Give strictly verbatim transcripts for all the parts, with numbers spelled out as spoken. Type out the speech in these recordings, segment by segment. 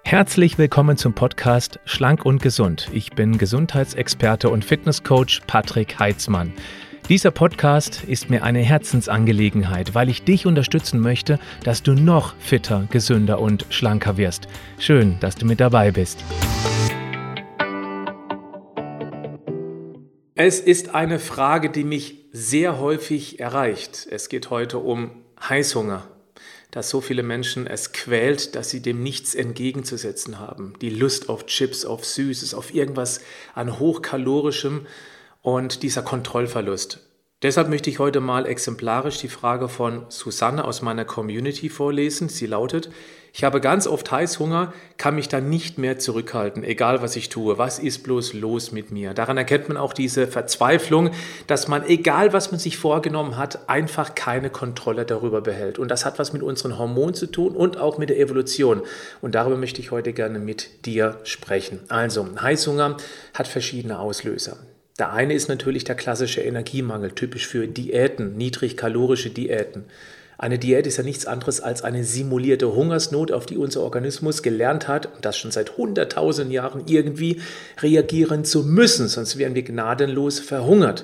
Herzlich willkommen zum Podcast Schlank und Gesund. Ich bin Gesundheitsexperte und Fitnesscoach Patrick Heitzmann. Dieser Podcast ist mir eine Herzensangelegenheit, weil ich dich unterstützen möchte, dass du noch fitter, gesünder und schlanker wirst. Schön, dass du mit dabei bist. Es ist eine Frage, die mich sehr häufig erreicht. Es geht heute um Heißhunger. Dass so viele Menschen es quält, dass sie dem nichts entgegenzusetzen haben. Die Lust auf Chips, auf Süßes, auf irgendwas an hochkalorischem und dieser Kontrollverlust. Deshalb möchte ich heute mal exemplarisch die Frage von Susanne aus meiner Community vorlesen. Sie lautet: Ich habe ganz oft Heißhunger, kann mich dann nicht mehr zurückhalten, egal was ich tue. Was ist bloß los mit mir? Daran erkennt man auch diese Verzweiflung, dass man, egal was man sich vorgenommen hat, einfach keine Kontrolle darüber behält. Und das hat was mit unseren Hormonen zu tun und auch mit der Evolution. Und darüber möchte ich heute gerne mit dir sprechen. Also, Heißhunger hat verschiedene Auslöser. Der eine ist natürlich der klassische Energiemangel, typisch für Diäten, niedrigkalorische Diäten. Eine Diät ist ja nichts anderes als eine simulierte Hungersnot, auf die unser Organismus gelernt hat, und das schon seit hunderttausend Jahren irgendwie reagieren zu müssen, sonst wären wir gnadenlos verhungert.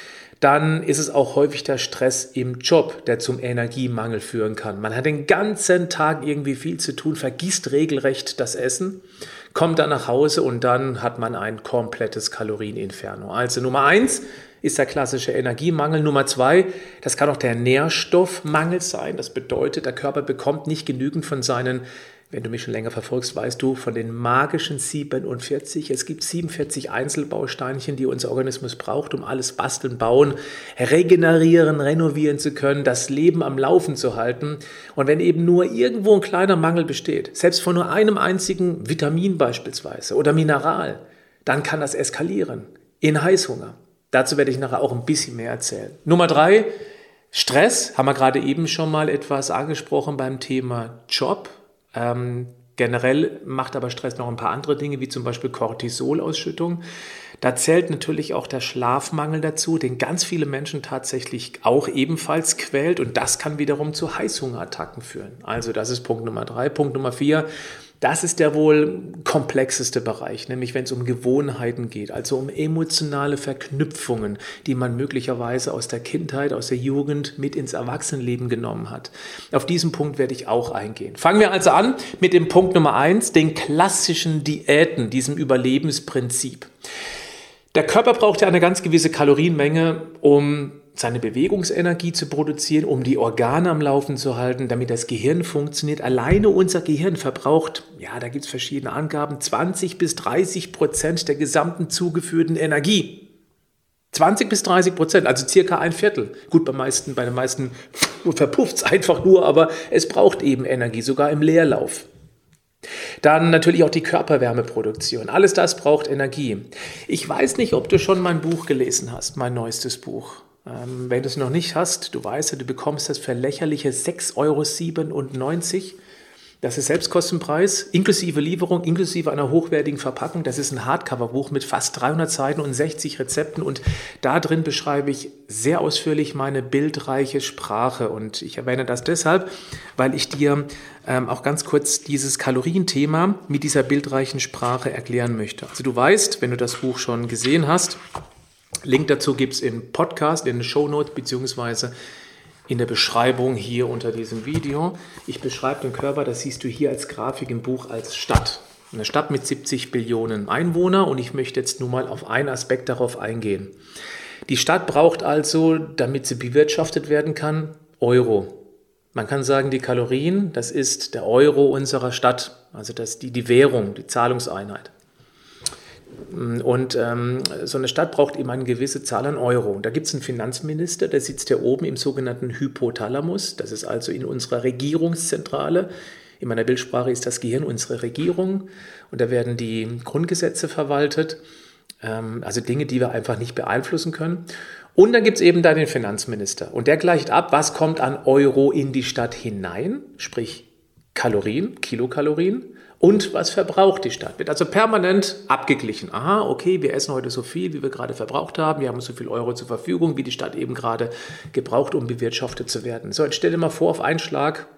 Dann ist es auch häufig der Stress im Job, der zum Energiemangel führen kann. Man hat den ganzen Tag irgendwie viel zu tun, vergisst regelrecht das Essen, kommt dann nach Hause und dann hat man ein komplettes Kalorieninferno. Also Nummer eins ist der klassische Energiemangel. Nummer zwei, das kann auch der Nährstoffmangel sein. Das bedeutet, der Körper bekommt nicht genügend von seinen, wenn du mich schon länger verfolgst, weißt du, von den magischen siebenundvierzig. Es gibt siebenundvierzig Einzelbausteinchen, die unser Organismus braucht, um alles basteln, bauen, regenerieren, renovieren zu können, das Leben am Laufen zu halten. Und wenn eben nur irgendwo ein kleiner Mangel besteht, selbst von nur einem einzigen Vitamin beispielsweise oder Mineral, dann kann das eskalieren in Heißhunger. Dazu werde ich nachher auch ein bisschen mehr erzählen. Nummer drei, Stress, haben wir gerade eben schon mal etwas angesprochen beim Thema Job. Ähm, generell macht aber Stress noch ein paar andere Dinge, wie zum Beispiel Cortisolausschüttung. Da zählt natürlich auch der Schlafmangel dazu, den ganz viele Menschen tatsächlich auch ebenfalls quält. Und das kann wiederum zu Heißhungerattacken führen. Also das ist Punkt Nummer drei. Punkt Nummer vier, das ist der wohl komplexeste Bereich, nämlich wenn es um Gewohnheiten geht, also um emotionale Verknüpfungen, die man möglicherweise aus der Kindheit, aus der Jugend mit ins Erwachsenenleben genommen hat. Auf diesen Punkt werde ich auch eingehen. Fangen wir also an mit dem Punkt Nummer eins, den klassischen Diäten, diesem Überlebensprinzip. Der Körper braucht ja eine ganz gewisse Kalorienmenge, um seine Bewegungsenergie zu produzieren, um die Organe am Laufen zu halten, damit das Gehirn funktioniert. Alleine unser Gehirn verbraucht, ja, da gibt es verschiedene Angaben, zwanzig bis dreißig Prozent der gesamten zugeführten Energie. zwanzig bis dreißig Prozent, also circa ein Viertel. Gut, bei, meisten, bei den meisten verpufft es einfach nur, aber es braucht eben Energie, sogar im Leerlauf. Dann natürlich auch die Körperwärmeproduktion. Alles das braucht Energie. Ich weiß nicht, ob du schon mein Buch gelesen hast, mein neuestes Buch. Ähm, wenn du es noch nicht hast, du weißt ja, du bekommst das für lächerliche sechs Euro siebenundneunzig. Das ist Selbstkostenpreis, inklusive Lieferung, inklusive einer hochwertigen Verpackung. Das ist ein Hardcover-Buch mit fast dreihundert Seiten und sechzig Rezepten. Und da drin beschreibe ich sehr ausführlich meine bildreiche Sprache. Und ich erwähne das deshalb, weil ich dir ähm, auch ganz kurz dieses Kalorienthema mit dieser bildreichen Sprache erklären möchte. Also du weißt, wenn du das Buch schon gesehen hast, Link dazu gibt es im Podcast, in den Shownotes beziehungsweise in der Beschreibung hier unter diesem Video. Ich beschreibe den Körper, das siehst du hier als Grafik im Buch, als Stadt. Eine Stadt mit siebzig Billionen Einwohnern, und ich möchte jetzt nur mal auf einen Aspekt darauf eingehen. Die Stadt braucht also, damit sie bewirtschaftet werden kann, Euro. Man kann sagen, die Kalorien, das ist der Euro unserer Stadt, also das die, die Währung, die Zahlungseinheit. Und ähm, so eine Stadt braucht eben eine gewisse Zahl an Euro. Und da gibt es einen Finanzminister, der sitzt hier oben im sogenannten Hypothalamus. Das ist also in unserer Regierungszentrale. In meiner Bildsprache ist das Gehirn unsere Regierung. Und da werden die Grundgesetze verwaltet. Ähm, also Dinge, die wir einfach nicht beeinflussen können. Und dann gibt es eben da den Finanzminister. Und der gleicht ab, was kommt an Euro in die Stadt hinein, sprich Kalorien, Kilokalorien. Und was verbraucht die Stadt? Wird also permanent abgeglichen. Aha, okay, wir essen heute so viel, wie wir gerade verbraucht haben. Wir haben so viel Euro zur Verfügung, wie die Stadt eben gerade gebraucht, um bewirtschaftet zu werden. So, jetzt stell dir mal vor, auf einen Schlag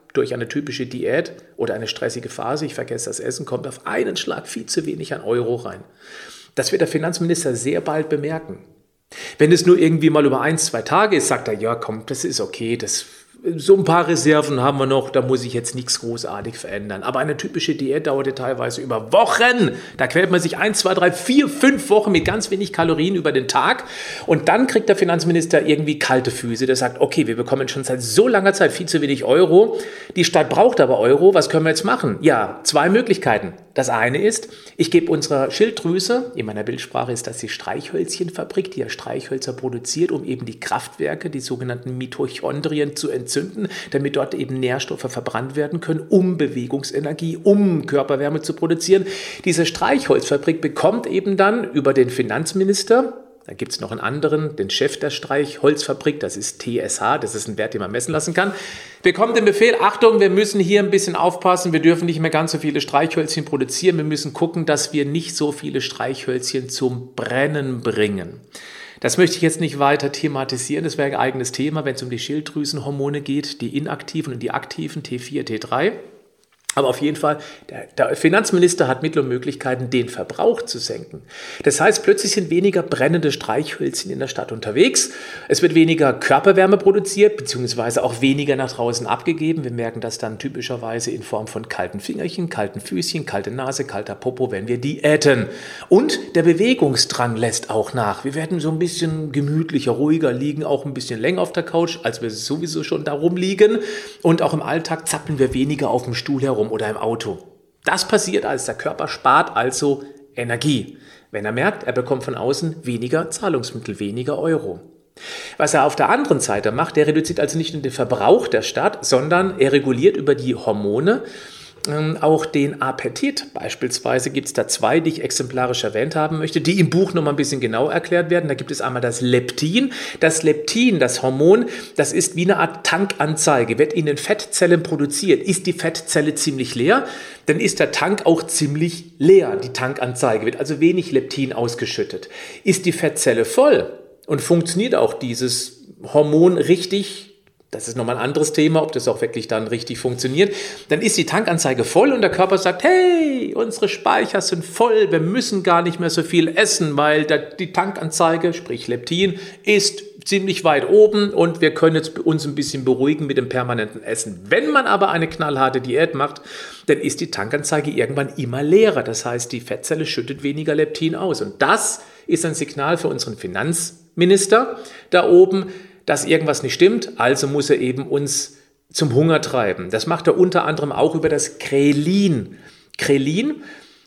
durch eine typische Diät oder eine stressige Phase, ich vergesse das Essen, kommt auf einen Schlag viel zu wenig an Euro rein. Das wird der Finanzminister sehr bald bemerken. Wenn es nur irgendwie mal über ein, zwei Tage ist, sagt er, ja komm, das ist okay, das so ein paar Reserven haben wir noch, da muss ich jetzt nichts großartig verändern. Aber eine typische Diät dauerte teilweise über Wochen. Da quält man sich ein, zwei, drei, vier, fünf Wochen mit ganz wenig Kalorien über den Tag. Und dann kriegt der Finanzminister irgendwie kalte Füße. Der sagt, okay, wir bekommen schon seit so langer Zeit viel zu wenig Euro. Die Stadt braucht aber Euro. Was können wir jetzt machen? Ja, zwei Möglichkeiten. Das eine ist, ich gebe unserer Schilddrüse, in meiner Bildsprache ist das die Streichhölzchenfabrik, die ja Streichhölzer produziert, um eben die Kraftwerke, die sogenannten Mitochondrien zu entzünden, damit dort eben Nährstoffe verbrannt werden können, um Bewegungsenergie, um Körperwärme zu produzieren. Diese Streichholzfabrik bekommt eben dann über den Finanzminister, da gibt es noch einen anderen, den Chef der Streichholzfabrik, das ist T S H, das ist ein Wert, den man messen lassen kann, bekommt den Befehl, Achtung, wir müssen hier ein bisschen aufpassen, wir dürfen nicht mehr ganz so viele Streichhölzchen produzieren, wir müssen gucken, dass wir nicht so viele Streichhölzchen zum Brennen bringen. Das möchte ich jetzt nicht weiter thematisieren, das wäre ein eigenes Thema, wenn es um die Schilddrüsenhormone geht, die inaktiven und die aktiven T vier, T drei. Aber auf jeden Fall, der, der Finanzminister hat Mittel und Möglichkeiten, den Verbrauch zu senken. Das heißt, plötzlich sind weniger brennende Streichhölzchen in der Stadt unterwegs. Es wird weniger Körperwärme produziert, beziehungsweise auch weniger nach draußen abgegeben. Wir merken das dann typischerweise in Form von kalten Fingerchen, kalten Füßchen, kalte Nase, kalter Popo, wenn wir diäten. Und der Bewegungsdrang lässt auch nach. Wir werden so ein bisschen gemütlicher, ruhiger, liegen auch ein bisschen länger auf der Couch, als wir sowieso schon da rumliegen. Und auch im Alltag zappeln wir weniger auf dem Stuhl herum oder im Auto. Das passiert, als der Körper spart also Energie. Wenn er merkt, er bekommt von außen weniger Zahlungsmittel, weniger Euro. Was er auf der anderen Seite macht, der reduziert also nicht nur den Verbrauch der Stadt, sondern er reguliert über die Hormone ähm, auch den Appetit. Beispielsweise gibt es da zwei, die ich exemplarisch erwähnt haben möchte, die im Buch nochmal ein bisschen genau erklärt werden. Da gibt es einmal das Leptin. Das Leptin, das Hormon, das ist wie eine Art Tankanzeige, wird in den Fettzellen produziert. Ist die Fettzelle ziemlich leer, dann ist der Tank auch ziemlich leer. Die Tankanzeige wird also wenig Leptin ausgeschüttet. Ist die Fettzelle voll und funktioniert auch dieses Hormon richtig, das ist nochmal ein anderes Thema, ob das auch wirklich dann richtig funktioniert, dann ist die Tankanzeige voll und der Körper sagt, hey, unsere Speicher sind voll, wir müssen gar nicht mehr so viel essen, weil der, die Tankanzeige, sprich Leptin, ist ziemlich weit oben und wir können jetzt uns ein bisschen beruhigen mit dem permanenten Essen. Wenn man aber eine knallharte Diät macht, dann ist die Tankanzeige irgendwann immer leerer. Das heißt, die Fettzelle schüttet weniger Leptin aus. Und das ist ein Signal für unseren Finanzminister da oben, dass irgendwas nicht stimmt, also muss er eben uns zum Hunger treiben. Das macht er unter anderem auch über das Krelin. Krelin,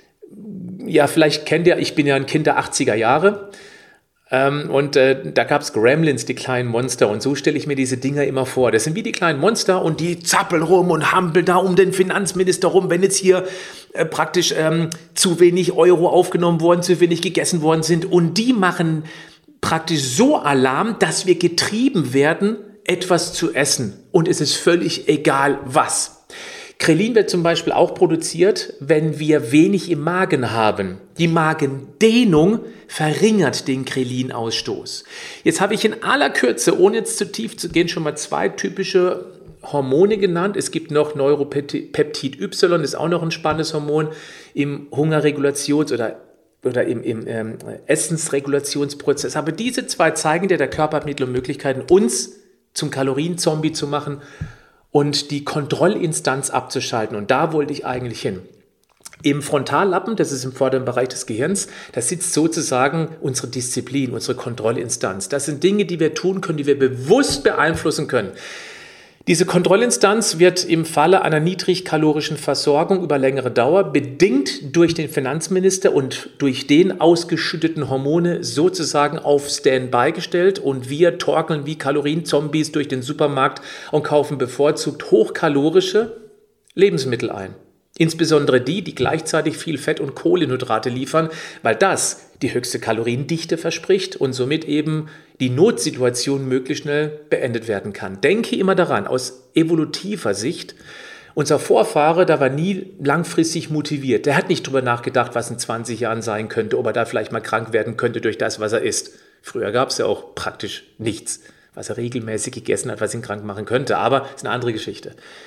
ja, vielleicht kennt ihr, ich bin ja ein Kind der achtziger Jahre, ähm, und äh, da gab es Gremlins, die kleinen Monster, und so stelle ich mir diese Dinger immer vor. Das sind wie die kleinen Monster und die zappeln rum und hampeln da um den Finanzminister rum, wenn jetzt hier äh, praktisch ähm, zu wenig Euro aufgenommen worden, zu wenig gegessen worden sind, und die machen praktisch so Alarm, dass wir getrieben werden, etwas zu essen. Und es ist völlig egal, was. Krelin wird zum Beispiel auch produziert, wenn wir wenig im Magen haben. Die Magendehnung verringert den Krelinausstoß. Jetzt habe ich in aller Kürze, ohne jetzt zu tief zu gehen, schon mal zwei typische Hormone genannt. Es gibt noch Neuropeptid Y, das ist auch noch ein spannendes Hormon im Hungerregulations- oder oder im, im ähm, Essensregulationsprozess. Aber diese zwei zeigen dir, der Körper hat Mittel und Möglichkeiten, uns zum Kalorienzombie zu machen und die Kontrollinstanz abzuschalten. Und da wollte ich eigentlich hin. Im Frontallappen, das ist im vorderen Bereich des Gehirns, da sitzt sozusagen unsere Disziplin, unsere Kontrollinstanz. Das sind Dinge, die wir tun können, die wir bewusst beeinflussen können. Diese Kontrollinstanz wird im Falle einer niedrigkalorischen Versorgung über längere Dauer bedingt durch den Finanzminister und durch den ausgeschütteten Hormone sozusagen auf Standby gestellt, und wir torkeln wie Kalorienzombies durch den Supermarkt und kaufen bevorzugt hochkalorische Lebensmittel ein. Insbesondere die, die gleichzeitig viel Fett und Kohlenhydrate liefern, weil das die höchste Kaloriendichte verspricht und somit eben die Notsituation möglichst schnell beendet werden kann. Denke immer daran, aus evolutiver Sicht, unser Vorfahre, da war nie langfristig motiviert. Der hat nicht drüber nachgedacht, was in zwanzig Jahren sein könnte, ob er da vielleicht mal krank werden könnte durch das, was er isst. Früher gab es ja auch praktisch nichts, was er regelmäßig gegessen hat, was ihn krank machen könnte, aber ist eine andere Geschichte.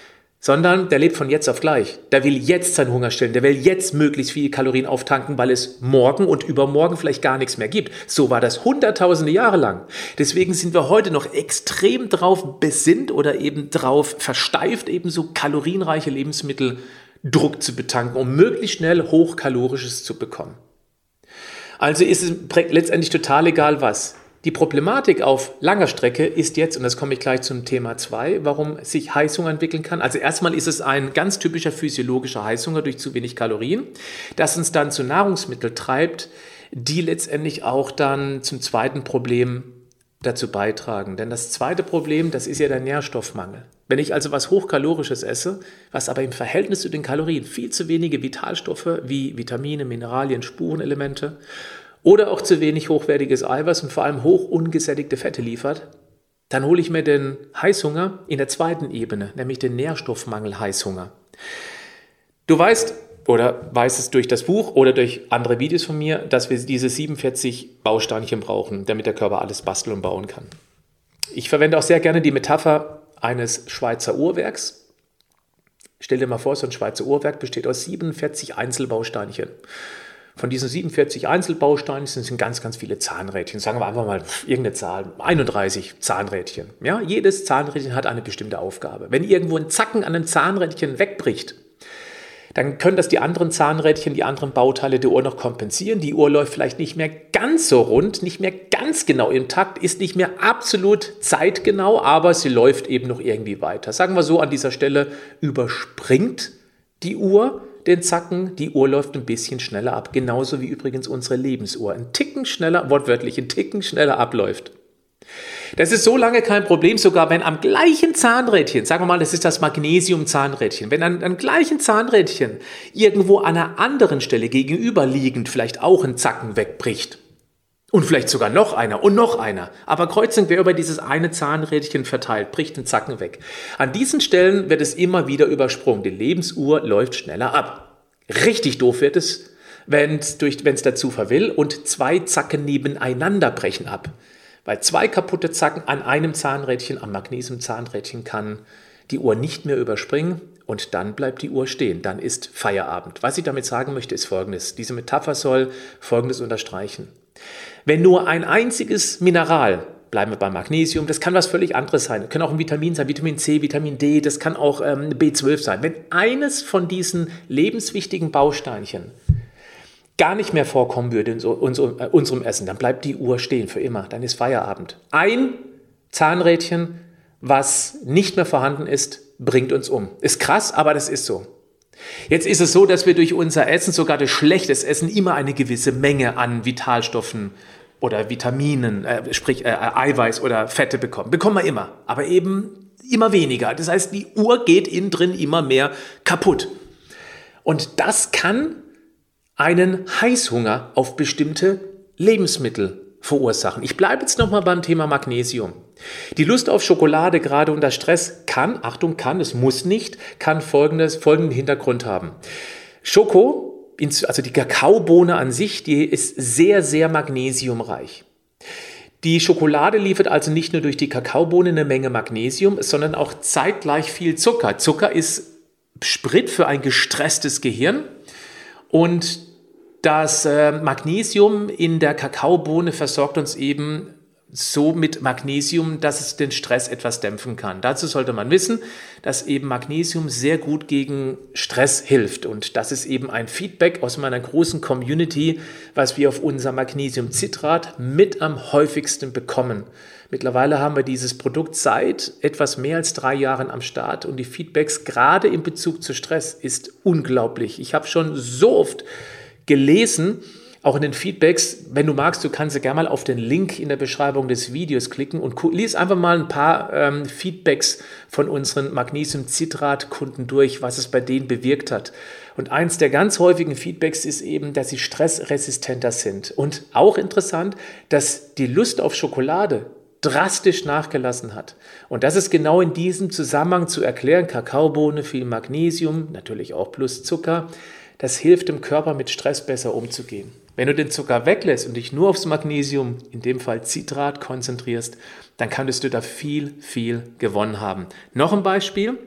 sondern der lebt von jetzt auf gleich. Der will jetzt seinen Hunger stillen, der will jetzt möglichst viele Kalorien auftanken, weil es morgen und übermorgen vielleicht gar nichts mehr gibt. So war das hunderttausende Jahre lang. Deswegen sind wir heute noch extrem drauf besinnt oder eben drauf versteift, eben so kalorienreiche Lebensmittel Druck zu betanken, um möglichst schnell Hochkalorisches zu bekommen. Also ist es letztendlich total egal was. Die Problematik auf langer Strecke ist jetzt, und das komme ich gleich zum Thema zwei, warum sich Heißhunger entwickeln kann. Also erstmal ist es ein ganz typischer physiologischer Heißhunger durch zu wenig Kalorien, das uns dann zu Nahrungsmitteln treibt, die letztendlich auch dann zum zweiten Problem dazu beitragen. Denn das zweite Problem, das ist ja der Nährstoffmangel. Wenn ich also was Hochkalorisches esse, was aber im Verhältnis zu den Kalorien viel zu wenige Vitalstoffe wie Vitamine, Mineralien, Spurenelemente oder auch zu wenig hochwertiges Eiweiß und vor allem hoch ungesättigte Fette liefert, dann hole ich mir den Heißhunger in der zweiten Ebene, nämlich den Nährstoffmangel-Heißhunger. Du weißt oder weißt es durch das Buch oder durch andere Videos von mir, dass wir diese siebenundvierzig Bausteinchen brauchen, damit der Körper alles basteln und bauen kann. Ich verwende auch sehr gerne die Metapher eines Schweizer Uhrwerks. Stell dir mal vor, so ein Schweizer Uhrwerk besteht aus siebenundvierzig Einzelbausteinchen. Von diesen siebenundvierzig Einzelbausteinen sind ganz, ganz viele Zahnrädchen. Sagen wir einfach mal irgendeine Zahl, einunddreißig Zahnrädchen. Ja, jedes Zahnrädchen hat eine bestimmte Aufgabe. Wenn irgendwo ein Zacken an einem Zahnrädchen wegbricht, dann können das die anderen Zahnrädchen, die anderen Bauteile der Uhr noch kompensieren. Die Uhr läuft vielleicht nicht mehr ganz so rund, nicht mehr ganz genau im Takt, ist nicht mehr absolut zeitgenau, aber sie läuft eben noch irgendwie weiter. Sagen wir so, an dieser Stelle überspringt die Uhr den Zacken, die Uhr läuft ein bisschen schneller ab. Genauso wie übrigens unsere Lebensuhr. Ein Ticken schneller, wortwörtlich, ein Ticken schneller abläuft. Das ist so lange kein Problem, sogar wenn am gleichen Zahnrädchen, sagen wir mal, das ist das Magnesium-Zahnrädchen, wenn an am gleichen Zahnrädchen irgendwo an einer anderen Stelle gegenüberliegend vielleicht auch ein Zacken wegbricht. Und vielleicht sogar noch einer und noch einer. Aber kreuz und quer über dieses eine Zahnrädchen verteilt, bricht ein Zacken weg. An diesen Stellen wird es immer wieder übersprungen. Die Lebensuhr läuft schneller ab. Richtig doof wird es, wenn es der Zufall will und zwei Zacken nebeneinander brechen ab. Weil zwei kaputte Zacken an einem Zahnrädchen, am Magnesium-Zahnrädchen, kann die Uhr nicht mehr überspringen und dann bleibt die Uhr stehen. Dann ist Feierabend. Was ich damit sagen möchte, ist Folgendes. Diese Metapher soll Folgendes unterstreichen. Wenn nur ein einziges Mineral, bleiben wir beim Magnesium, das kann was völlig anderes sein, das kann auch ein Vitamin sein, Vitamin C, Vitamin D, das kann auch ähm, B zwölf sein. Wenn eines von diesen lebenswichtigen Bausteinchen gar nicht mehr vorkommen würde in so, unser, äh, unserem Essen, dann bleibt die Uhr stehen für immer, dann ist Feierabend. Ein Zahnrädchen, was nicht mehr vorhanden ist, bringt uns um. Ist krass, aber das ist so. Jetzt ist es so, dass wir durch unser Essen, sogar durch schlechtes Essen, immer eine gewisse Menge an Vitalstoffen oder Vitaminen, äh, sprich äh, Eiweiß oder Fette bekommen. Bekommen wir immer, aber eben immer weniger. Das heißt, die Uhr geht innen drin immer mehr kaputt. Und das kann einen Heißhunger auf bestimmte Lebensmittel verursachen. Ich bleibe jetzt nochmal beim Thema Magnesium. Die Lust auf Schokolade, gerade unter Stress, kann, Achtung, kann, es muss nicht, kann folgendes, folgenden Hintergrund haben. Schoko, also die Kakaobohne an sich, die ist sehr, sehr magnesiumreich. Die Schokolade liefert also nicht nur durch die Kakaobohne eine Menge Magnesium, sondern auch zeitgleich viel Zucker. Zucker ist Sprit für ein gestresstes Gehirn und das Magnesium in der Kakaobohne versorgt uns eben so mit Magnesium, dass es den Stress etwas dämpfen kann. Dazu sollte man wissen, dass eben Magnesium sehr gut gegen Stress hilft. Und das ist eben ein Feedback aus meiner großen Community, was wir auf unser Magnesiumcitrat mit am häufigsten bekommen. Mittlerweile haben wir dieses Produkt seit etwas mehr als drei Jahren am Start und die Feedbacks gerade in Bezug zu Stress ist unglaublich. Ich habe schon so oft gelesen, auch in den Feedbacks, wenn du magst, du kannst ja gerne mal auf den Link in der Beschreibung des Videos klicken und lies einfach mal ein paar ähm, Feedbacks von unseren Magnesium-Citrat-Kunden durch, was es bei denen bewirkt hat. Und eins der ganz häufigen Feedbacks ist eben, dass sie stressresistenter sind. Und auch interessant, dass die Lust auf Schokolade drastisch nachgelassen hat. Und das ist genau in diesem Zusammenhang zu erklären. Kakaobohne, viel Magnesium, natürlich auch plus Zucker. Das hilft dem Körper, mit Stress besser umzugehen. Wenn du den Zucker weglässt und dich nur aufs Magnesium, in dem Fall Citrat, konzentrierst, dann könntest du da viel, viel gewonnen haben. Noch ein Beispiel.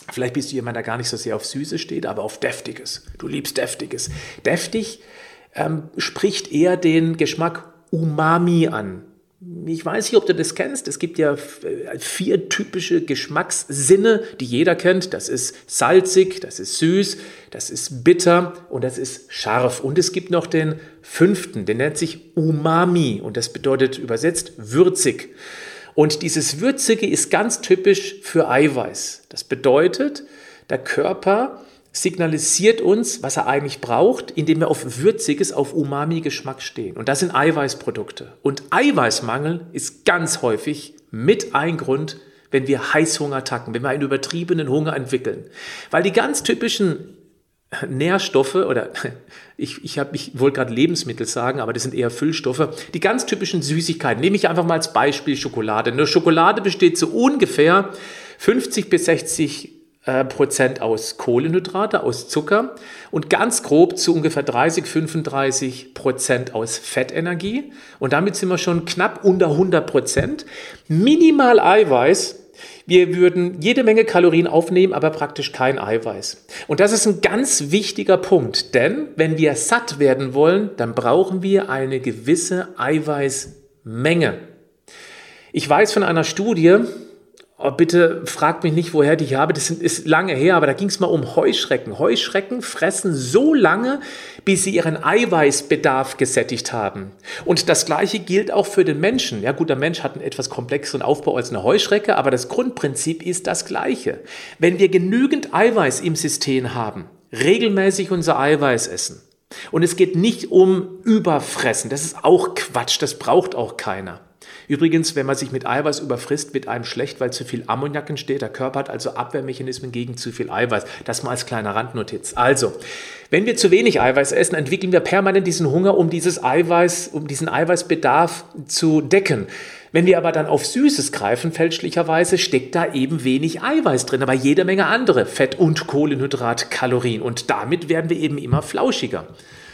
Vielleicht bist du jemand, der gar nicht so sehr auf Süßes steht, aber auf Deftiges. Du liebst Deftiges. Deftig ähm, spricht eher den Geschmack Umami an. Ich weiß nicht, ob du das kennst. Es gibt ja vier typische Geschmackssinne, die jeder kennt. Das ist salzig, das ist süß, das ist bitter und das ist scharf. Und es gibt noch den fünften, der nennt sich Umami und das bedeutet übersetzt würzig. Und dieses Würzige ist ganz typisch für Eiweiß. Das bedeutet, der Körper signalisiert uns, was er eigentlich braucht, indem wir auf würziges, auf Umami-Geschmack stehen. Und das sind Eiweißprodukte. Und Eiweißmangel ist ganz häufig mit ein Grund, wenn wir Heißhungerattacken, wenn wir einen übertriebenen Hunger entwickeln. Weil die ganz typischen Nährstoffe oder ich, ich, hab, ich wollte gerade Lebensmittel sagen, aber das sind eher Füllstoffe. Die ganz typischen Süßigkeiten, nehme ich einfach mal als Beispiel Schokolade. Eine Schokolade besteht so ungefähr fünfzig bis sechzig Prozent aus Kohlenhydrate, aus Zucker und ganz grob zu ungefähr dreißig, fünfunddreißig Prozent aus Fettenergie. Und damit sind wir schon knapp unter hundert Prozent. Minimal Eiweiß. Wir würden jede Menge Kalorien aufnehmen, aber praktisch kein Eiweiß. Und das ist ein ganz wichtiger Punkt, denn wenn wir satt werden wollen, dann brauchen wir eine gewisse Eiweißmenge. Ich weiß von einer Studie, oh, bitte fragt mich nicht, woher die ich habe, das ist lange her, aber da ging es mal um Heuschrecken. Heuschrecken fressen so lange, bis sie ihren Eiweißbedarf gesättigt haben. Und das Gleiche gilt auch für den Menschen. Ja gut, der Mensch hat einen etwas komplexeren Aufbau als eine Heuschrecke, aber das Grundprinzip ist das Gleiche. Wenn wir genügend Eiweiß im System haben, regelmäßig unser Eiweiß essen, und es geht nicht um Überfressen, das ist auch Quatsch, das braucht auch keiner. Übrigens, wenn man sich mit Eiweiß überfrisst, wird einem schlecht, weil zu viel Ammoniak entsteht. Der Körper hat also Abwehrmechanismen gegen zu viel Eiweiß. Das mal als kleiner Randnotiz. Also, wenn wir zu wenig Eiweiß essen, entwickeln wir permanent diesen Hunger, um dieses Eiweiß, um diesen Eiweißbedarf zu decken. Wenn wir aber dann auf Süßes greifen, fälschlicherweise, steckt da eben wenig Eiweiß drin, aber jede Menge andere Fett- und Kohlenhydratkalorien. Und damit werden wir eben immer flauschiger.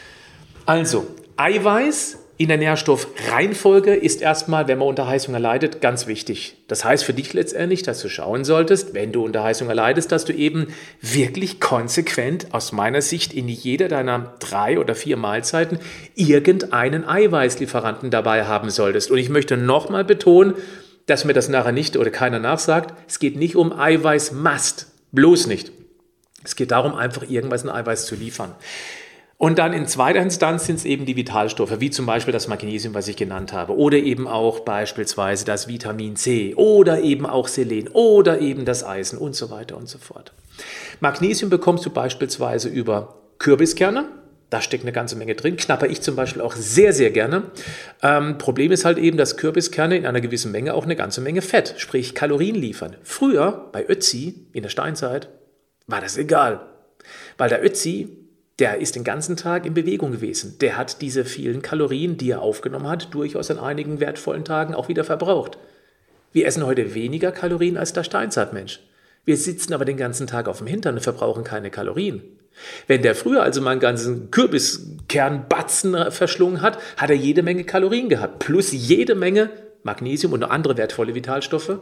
Also, Eiweiß in der Nährstoffreihenfolge ist erstmal, wenn man unter Heißhunger leidet, ganz wichtig. Das heißt für dich letztendlich, dass du schauen solltest, wenn du unter Heißhunger leidest, dass du eben wirklich konsequent aus meiner Sicht in jeder deiner drei oder vier Mahlzeiten irgendeinen Eiweißlieferanten dabei haben solltest. Und ich möchte nochmal betonen, dass mir das nachher nicht oder keiner nachsagt, es geht nicht um Eiweißmast, bloß nicht. Es geht darum, einfach irgendwas an Eiweiß zu liefern. Und dann in zweiter Instanz sind es eben die Vitalstoffe, wie zum Beispiel das Magnesium, was ich genannt habe, oder eben auch beispielsweise das Vitamin C oder eben auch Selen oder eben das Eisen und so weiter und so fort. Magnesium bekommst du beispielsweise über Kürbiskerne, da steckt eine ganze Menge drin, knapper ich zum Beispiel auch sehr, sehr gerne. Ähm, Problem ist halt eben, dass Kürbiskerne in einer gewissen Menge auch eine ganze Menge Fett, sprich Kalorien liefern. Früher, bei Ötzi, in der Steinzeit, war das egal, weil der Ötzi, der ist den ganzen Tag in Bewegung gewesen. Der hat diese vielen Kalorien, die er aufgenommen hat, durchaus an einigen wertvollen Tagen auch wieder verbraucht. Wir essen heute weniger Kalorien als der Steinzeitmensch. Wir sitzen aber den ganzen Tag auf dem Hintern und verbrauchen keine Kalorien. Wenn der früher also mal einen ganzen Kürbiskernbatzen verschlungen hat, hat er jede Menge Kalorien gehabt, plus jede Menge Magnesium und andere wertvolle Vitalstoffe.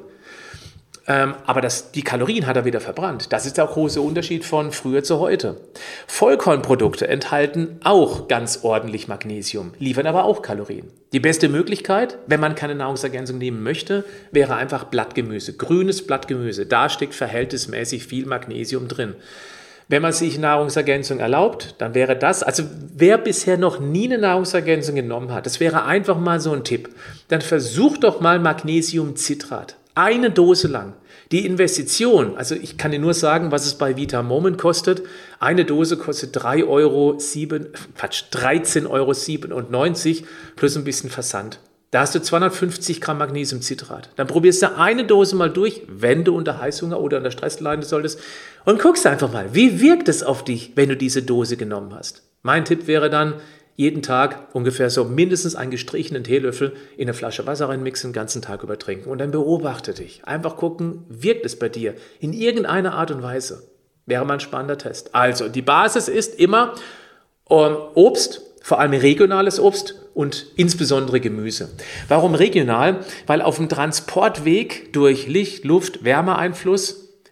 Ähm, aber das, die Kalorien hat er wieder verbrannt. Das ist der große Unterschied von früher zu heute. Vollkornprodukte enthalten auch ganz ordentlich Magnesium, liefern aber auch Kalorien. Die beste Möglichkeit, wenn man keine Nahrungsergänzung nehmen möchte, wäre einfach Blattgemüse, grünes Blattgemüse. Da steckt verhältnismäßig viel Magnesium drin. Wenn man sich Nahrungsergänzung erlaubt, dann wäre das, also wer bisher noch nie eine Nahrungsergänzung genommen hat, das wäre einfach mal so ein Tipp, dann versucht doch mal Magnesiumcitrat. Eine Dose lang. Die Investition, also ich kann dir nur sagen, was es bei Vita Moment kostet. Eine Dose kostet drei Euro sieben, Quatsch, dreizehn Euro siebenundneunzig plus ein bisschen Versand. Da hast du zweihundertfünfzig Gramm Magnesiumcitrat. Dann probierst du eine Dose mal durch, wenn du unter Heißhunger oder unter Stress leiden solltest, und guckst einfach mal, wie wirkt es auf dich, wenn du diese Dose genommen hast. Mein Tipp wäre dann, jeden Tag ungefähr so mindestens einen gestrichenen Teelöffel in eine Flasche Wasser reinmixen, den ganzen Tag über trinken und dann beobachte dich. Einfach gucken, wirkt es bei dir in irgendeiner Art und Weise. Wäre mal ein spannender Test. Also, die Basis ist immer ähm, Obst, vor allem regionales Obst und insbesondere Gemüse. Warum regional? Weil auf dem Transportweg durch Licht, Luft, Wärmeeinfluss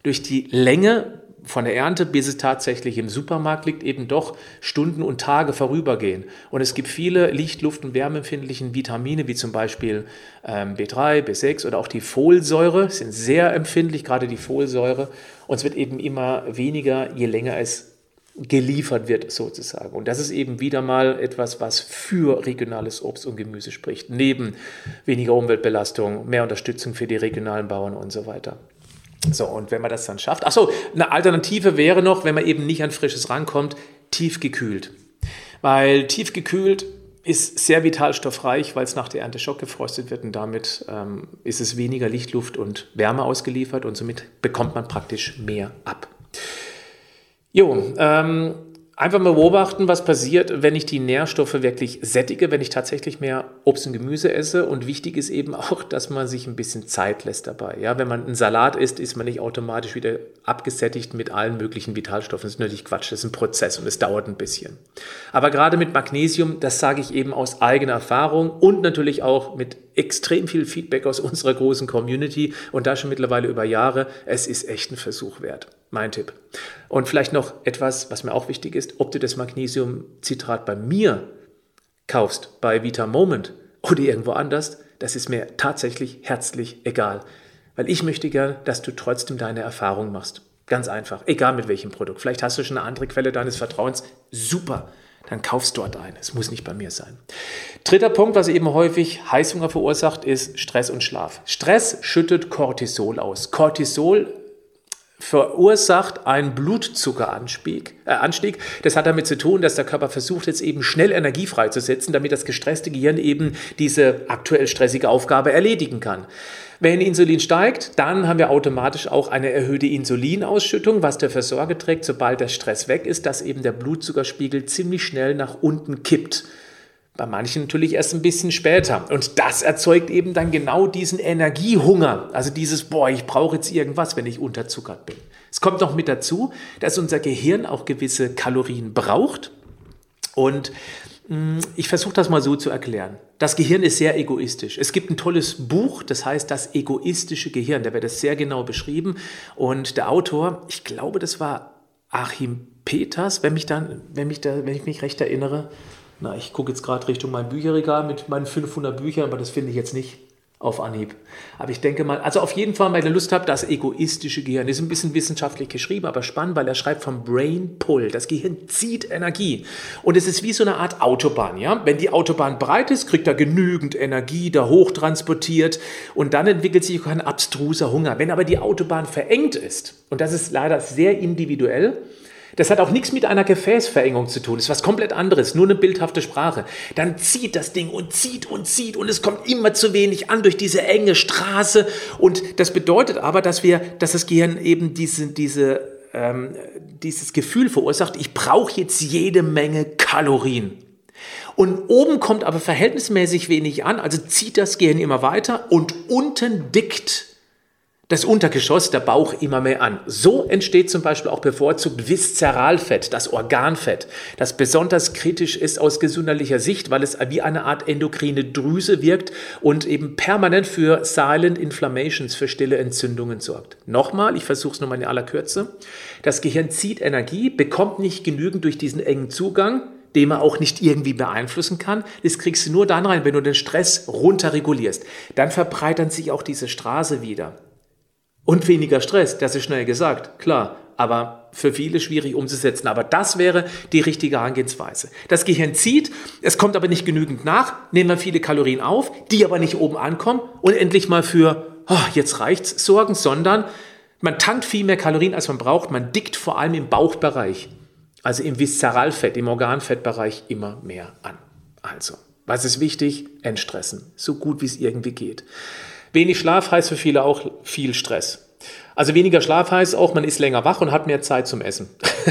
durch die Länge von der Ernte, bis es tatsächlich im Supermarkt liegt, eben doch Stunden und Tage vorübergehen. Und es gibt viele licht-, luft- und wärmeempfindliche Vitamine, wie zum Beispiel ähm, B drei, B sechs oder auch die Folsäure, sind sehr empfindlich, gerade die Folsäure. Und es wird eben immer weniger, je länger es geliefert wird sozusagen. Und das ist eben wieder mal etwas, was für regionales Obst und Gemüse spricht, neben weniger Umweltbelastung, mehr Unterstützung für die regionalen Bauern und so weiter. So, und wenn man das dann schafft, ach so, eine Alternative wäre noch, wenn man eben nicht an Frisches rankommt, tiefgekühlt. Weil tiefgekühlt ist sehr vitalstoffreich, weil es nach der Ernte schockgefrostet wird und damit ähm, ist es weniger Licht, Luft und Wärme ausgeliefert und somit bekommt man praktisch mehr ab. Jo, ähm, einfach mal beobachten, was passiert, wenn ich die Nährstoffe wirklich sättige, wenn ich tatsächlich mehr Obst und Gemüse esse. Und wichtig ist eben auch, dass man sich ein bisschen Zeit lässt dabei. Ja, wenn man einen Salat isst, ist man nicht automatisch wieder abgesättigt mit allen möglichen Vitalstoffen. Das ist natürlich Quatsch, das ist ein Prozess und es dauert ein bisschen. Aber gerade mit Magnesium, das sage ich eben aus eigener Erfahrung und natürlich auch mit extrem viel Feedback aus unserer großen Community und da schon mittlerweile über Jahre, es ist echt ein Versuch wert. Mein Tipp. Und vielleicht noch etwas, was mir auch wichtig ist, ob du das Magnesiumcitrat bei mir kaufst, bei Vita Moment oder irgendwo anders, das ist mir tatsächlich herzlich egal. Weil ich möchte gern, dass du trotzdem deine Erfahrung machst. Ganz einfach, egal mit welchem Produkt. Vielleicht hast du schon eine andere Quelle deines Vertrauens. Super, dann kaufst dort eine. Es muss nicht bei mir sein. Dritter Punkt, was eben häufig Heißhunger verursacht, ist Stress und Schlaf. Stress schüttet Cortisol aus. Cortisol verursacht einen Blutzuckeranstieg. Äh, Anstieg. Das hat damit zu tun, dass der Körper versucht, jetzt eben schnell Energie freizusetzen, damit das gestresste Gehirn eben diese aktuell stressige Aufgabe erledigen kann. Wenn Insulin steigt, dann haben wir automatisch auch eine erhöhte Insulinausschüttung, was dafür Sorge trägt, sobald der Stress weg ist, dass eben der Blutzuckerspiegel ziemlich schnell nach unten kippt. Bei manchen natürlich erst ein bisschen später. Und das erzeugt eben dann genau diesen Energiehunger. Also dieses, boah, ich brauche jetzt irgendwas, wenn ich unterzuckert bin. Es kommt noch mit dazu, dass unser Gehirn auch gewisse Kalorien braucht. Und mh, ich versuche das mal so zu erklären. Das Gehirn ist sehr egoistisch. Es gibt ein tolles Buch, das heißt Das egoistische Gehirn. Da wird das sehr genau beschrieben. Und der Autor, ich glaube, das war Achim Peters, wenn mich, dann, wenn mich, da, wenn ich mich recht erinnere. Na, ich gucke jetzt gerade Richtung mein Bücherregal mit meinen fünfhundert Büchern, aber das finde ich jetzt nicht auf Anhieb. Aber ich denke mal, also auf jeden Fall, wenn ihr Lust habt, das egoistische Gehirn. Das ist ein bisschen wissenschaftlich geschrieben, aber spannend, weil er schreibt vom Brain Pull. Das Gehirn zieht Energie. Und es ist wie so eine Art Autobahn. Ja? Wenn die Autobahn breit ist, kriegt er genügend Energie da hochtransportiert und dann entwickelt sich auch ein abstruser Hunger. Wenn aber die Autobahn verengt ist, und das ist leider sehr individuell, das hat auch nichts mit einer Gefäßverengung zu tun. Das ist was komplett anderes, nur eine bildhafte Sprache. Dann zieht das Ding und zieht und zieht und es kommt immer zu wenig an durch diese enge Straße. Und das bedeutet aber, dass wir, dass das Gehirn eben diese, diese, ähm, dieses Gefühl verursacht, ich brauche jetzt jede Menge Kalorien. Und oben kommt aber verhältnismäßig wenig an, also zieht das Gehirn immer weiter und unten dickt das Untergeschoss, der Bauch, immer mehr an. So entsteht zum Beispiel auch bevorzugt Viszeralfett, das Organfett, das besonders kritisch ist aus gesundheitlicher Sicht, weil es wie eine Art endokrine Drüse wirkt und eben permanent für Silent Inflammations, für stille Entzündungen sorgt. Nochmal, ich versuche es nochmal in aller Kürze. Das Gehirn zieht Energie, bekommt nicht genügend durch diesen engen Zugang, den man auch nicht irgendwie beeinflussen kann. Das kriegst du nur dann rein, wenn du den Stress runterregulierst. Dann verbreitert sich auch diese Straße wieder. Und weniger Stress, das ist schnell gesagt, klar, aber für viele schwierig umzusetzen. Aber das wäre die richtige Herangehensweise. Das Gehirn zieht, es kommt aber nicht genügend nach, nehmen wir viele Kalorien auf, die aber nicht oben ankommen und endlich mal für, oh, jetzt reicht's, sorgen, sondern man tankt viel mehr Kalorien, als man braucht. Man dickt vor allem im Bauchbereich, also im Viszeralfett, im Organfettbereich immer mehr an. Also, was ist wichtig? Entstressen, so gut wie es irgendwie geht. Wenig Schlaf heißt für viele auch viel Stress. Also weniger Schlaf heißt auch, man ist länger wach und hat mehr Zeit zum Essen.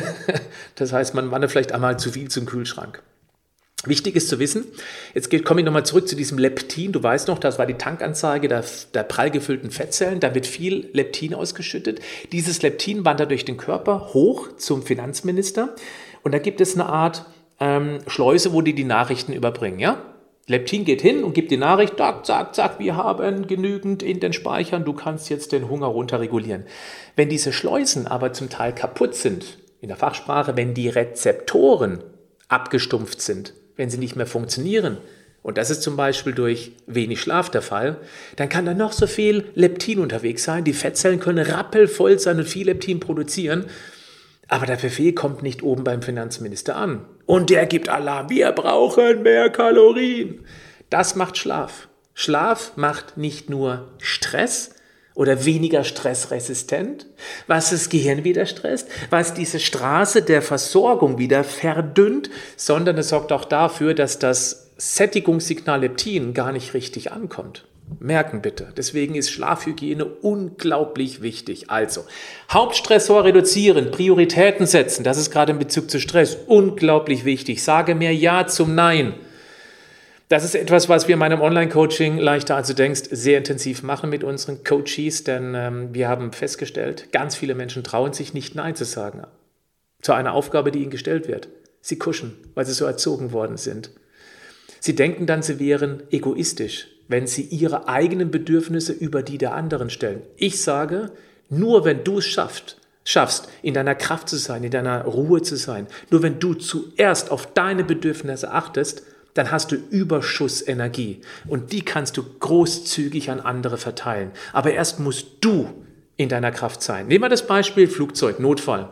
Das heißt, man wandert vielleicht einmal zu viel zum Kühlschrank. Wichtig ist zu wissen, jetzt komme ich nochmal zurück zu diesem Leptin. Du weißt noch, das war die Tankanzeige der, der prall gefüllten Fettzellen. Da wird viel Leptin ausgeschüttet. Dieses Leptin wandert durch den Körper hoch zum Finanzminister. Und da gibt es eine Art ähm, Schleuse, wo die die Nachrichten überbringen. Ja? Leptin geht hin und gibt die Nachricht, zack, zack, zack, wir haben genügend in den Speichern, du kannst jetzt den Hunger runterregulieren. Wenn diese Schleusen aber zum Teil kaputt sind, in der Fachsprache, wenn die Rezeptoren abgestumpft sind, wenn sie nicht mehr funktionieren, und das ist zum Beispiel durch wenig Schlaf der Fall, dann kann da noch so viel Leptin unterwegs sein, die Fettzellen können rappelvoll sein und viel Leptin produzieren, aber der Befehl kommt nicht oben beim Finanzminister an. Und der gibt Alarm, wir brauchen mehr Kalorien. Das macht Schlaf. Schlaf macht nicht nur Stress oder weniger stressresistent, was das Gehirn wieder stresst, was diese Straße der Versorgung wieder verdünnt, sondern es sorgt auch dafür, dass das Sättigungssignal Leptin gar nicht richtig ankommt. Merken bitte. Deswegen ist Schlafhygiene unglaublich wichtig. Also, Hauptstressor reduzieren, Prioritäten setzen, das ist gerade in Bezug zu Stress unglaublich wichtig. Sage mehr Ja zum Nein. Das ist etwas, was wir in meinem Online-Coaching leichter als du denkst sehr intensiv machen mit unseren Coaches, denn ähm, wir haben festgestellt, ganz viele Menschen trauen sich nicht Nein zu sagen zu einer Aufgabe, die ihnen gestellt wird. Sie kuschen, weil sie so erzogen worden sind. Sie denken dann, sie wären egoistisch, wenn sie ihre eigenen Bedürfnisse über die der anderen stellen. Ich sage, nur wenn du es schaffst, schaffst, in deiner Kraft zu sein, in deiner Ruhe zu sein, nur wenn du zuerst auf deine Bedürfnisse achtest, dann hast du Überschussenergie und die kannst du großzügig an andere verteilen. Aber erst musst du in deiner Kraft sein. Nehmen wir das Beispiel Flugzeug, Notfall.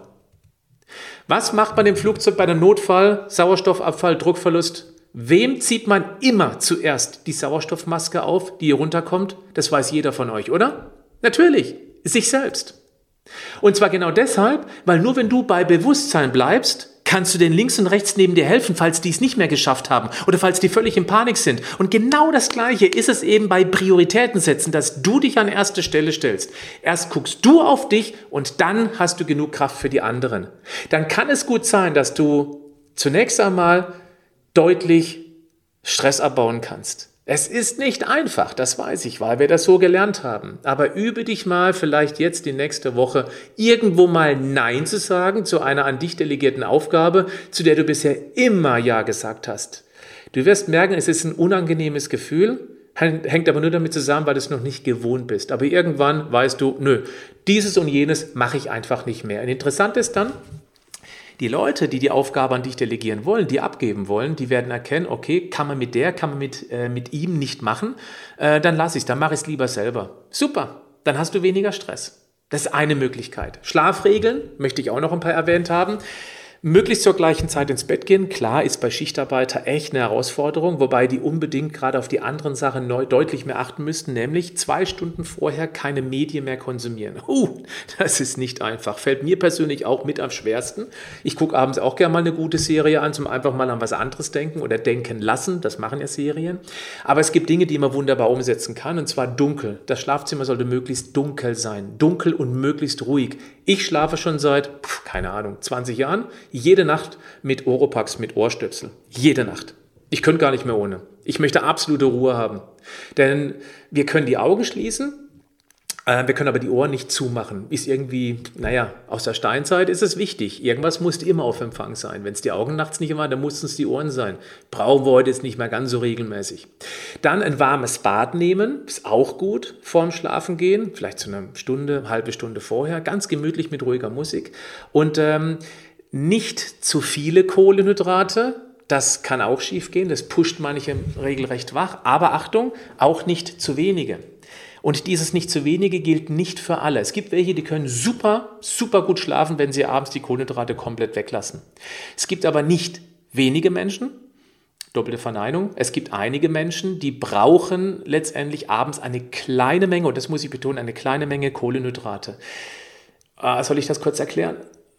Was macht man im Flugzeug bei einem Notfall, Sauerstoffabfall, Druckverlust? Wem zieht man immer zuerst die Sauerstoffmaske auf, die hier runterkommt? Das weiß jeder von euch, oder? Natürlich, sich selbst. Und zwar genau deshalb, weil nur wenn du bei Bewusstsein bleibst, kannst du den links und rechts neben dir helfen, falls die es nicht mehr geschafft haben oder falls die völlig in Panik sind. Und genau das Gleiche ist es eben bei Prioritäten setzen, dass du dich an erste Stelle stellst. Erst guckst du auf dich und dann hast du genug Kraft für die anderen. Dann kann es gut sein, dass du zunächst einmal deutlich Stress abbauen kannst. Es ist nicht einfach, das weiß ich, weil wir das so gelernt haben. Aber übe dich mal vielleicht jetzt die nächste Woche irgendwo mal Nein zu sagen zu einer an dich delegierten Aufgabe, zu der du bisher immer Ja gesagt hast. Du wirst merken, es ist ein unangenehmes Gefühl, hängt aber nur damit zusammen, weil du es noch nicht gewohnt bist. Aber irgendwann weißt du, nö, dieses und jenes mache ich einfach nicht mehr. Und interessant ist dann, die Leute, die die Aufgabe an dich delegieren wollen, die abgeben wollen, die werden erkennen, okay, kann man mit der, kann man mit, äh, mit ihm nicht machen, äh, dann lasse ich es, dann mache ich es lieber selber. Super, dann hast du weniger Stress. Das ist eine Möglichkeit. Schlafregeln, möchte ich auch noch ein paar erwähnt haben. Möglichst zur gleichen Zeit ins Bett gehen, klar, ist bei Schichtarbeiter echt eine Herausforderung, wobei die unbedingt gerade auf die anderen Sachen neu, deutlich mehr achten müssten, nämlich zwei Stunden vorher keine Medien mehr konsumieren. Uh, das ist nicht einfach. Fällt mir persönlich auch mit am schwersten. Ich gucke abends auch gerne mal eine gute Serie an, zum einfach mal an was anderes denken oder denken lassen. Das machen ja Serien. Aber es gibt Dinge, die man wunderbar umsetzen kann, und zwar dunkel. Das Schlafzimmer sollte möglichst dunkel sein. Dunkel und möglichst ruhig. Ich schlafe schon seit, pf, keine Ahnung, zwanzig Jahren. Jede Nacht mit Oropax, mit Ohrstöpsel. Jede Nacht. Ich könnte gar nicht mehr ohne. Ich möchte absolute Ruhe haben. Denn wir können die Augen schließen, äh, wir können aber die Ohren nicht zumachen. Ist irgendwie, naja, aus der Steinzeit ist es wichtig. Irgendwas musste immer auf Empfang sein. Wenn es die Augen nachts nicht waren, dann mussten es die Ohren sein. Brauchen wir heute jetzt nicht mehr ganz so regelmäßig. Dann ein warmes Bad nehmen, ist auch gut vorm Schlafen gehen. Vielleicht zu einer Stunde, halbe Stunde vorher. Ganz gemütlich mit ruhiger Musik. Und ähm, nicht zu viele Kohlenhydrate, das kann auch schief gehen, das pusht manche regelrecht wach, aber Achtung, auch nicht zu wenige. Und dieses nicht zu wenige gilt nicht für alle. Es gibt welche, die können super, super gut schlafen, wenn sie abends die Kohlenhydrate komplett weglassen. Es gibt aber nicht wenige Menschen, doppelte Verneinung, es gibt einige Menschen, die brauchen letztendlich abends eine kleine Menge, und das muss ich betonen, eine kleine Menge Kohlenhydrate. Äh, soll ich das kurz erklären?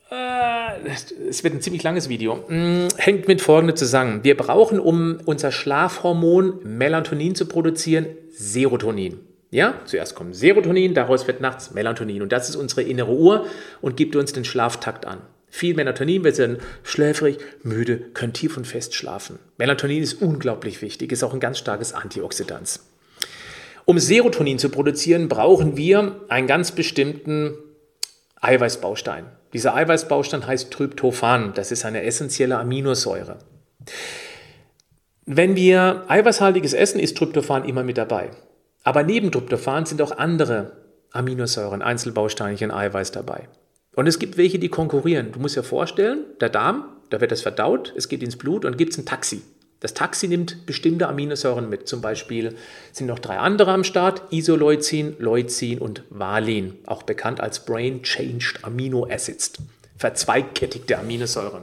Es wird ein ziemlich langes Video. Hängt mit Folgendem zusammen. Wir brauchen, um unser Schlafhormon Melatonin zu produzieren, Serotonin. Ja, zuerst kommt Serotonin, daraus wird nachts Melatonin. Und das ist unsere innere Uhr und gibt uns den Schlaftakt an. Viel Melatonin, wir sind schläfrig, müde, können tief und fest schlafen. Melatonin ist unglaublich wichtig, ist auch ein ganz starkes Antioxidant. Um Serotonin zu produzieren, brauchen wir einen ganz bestimmten Eiweißbaustein. Dieser Eiweißbaustein heißt Tryptophan. Das ist eine essentielle Aminosäure. Wenn wir eiweißhaltiges essen, ist Tryptophan immer mit dabei. Aber neben Tryptophan sind auch andere Aminosäuren, Einzelbausteinchen Eiweiß dabei. Und es gibt welche, die konkurrieren. Du musst dir vorstellen, der Darm, da wird das verdaut, es geht ins Blut und gibt es ein Taxi. Das Taxi nimmt bestimmte Aminosäuren mit. Zum Beispiel sind noch drei andere am Start: Isoleucin, Leucin und Valin, auch bekannt als Brain-Changed Amino Acids, verzweigkettigte Aminosäuren.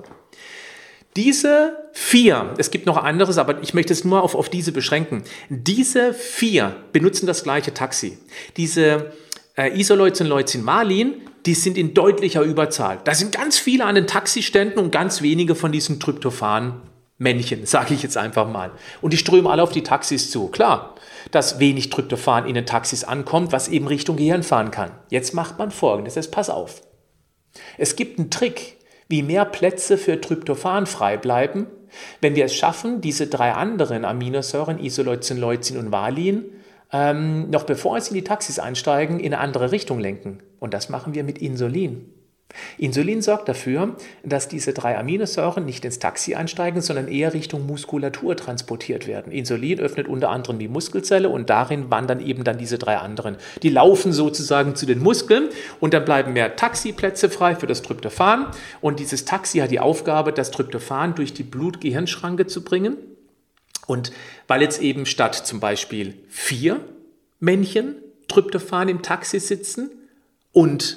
Diese vier, es gibt noch anderes, aber ich möchte es nur auf, auf diese beschränken. Diese vier benutzen das gleiche Taxi. Diese äh, Isoleucin, Leucin, Valin, die sind in deutlicher Überzahl. Da sind ganz viele an den Taxiständen und ganz wenige von diesen Tryptophan-Männchen, sage ich jetzt einfach mal. Und die strömen alle auf die Taxis zu. Klar, dass wenig Tryptophan in den Taxis ankommt, was eben Richtung Gehirn fahren kann. Jetzt macht man Folgendes, jetzt pass auf. Es gibt einen Trick, wie mehr Plätze für Tryptophan frei bleiben, wenn wir es schaffen, diese drei anderen Aminosäuren, Isoleucin, Leucin und Valin, ähm, noch bevor sie in die Taxis einsteigen, in eine andere Richtung lenken. Und das machen wir mit Insulin. Insulin sorgt dafür, dass diese drei Aminosäuren nicht ins Taxi einsteigen, sondern eher Richtung Muskulatur transportiert werden. Insulin öffnet unter anderem die Muskelzelle und darin wandern eben dann diese drei anderen. Die laufen sozusagen zu den Muskeln und dann bleiben mehr Taxiplätze frei für das Tryptophan. Und dieses Taxi hat die Aufgabe, das Tryptophan durch die Blut-Gehirn-Schranke zu bringen. Und weil jetzt eben statt zum Beispiel vier Männchen Tryptophan im Taxi sitzen und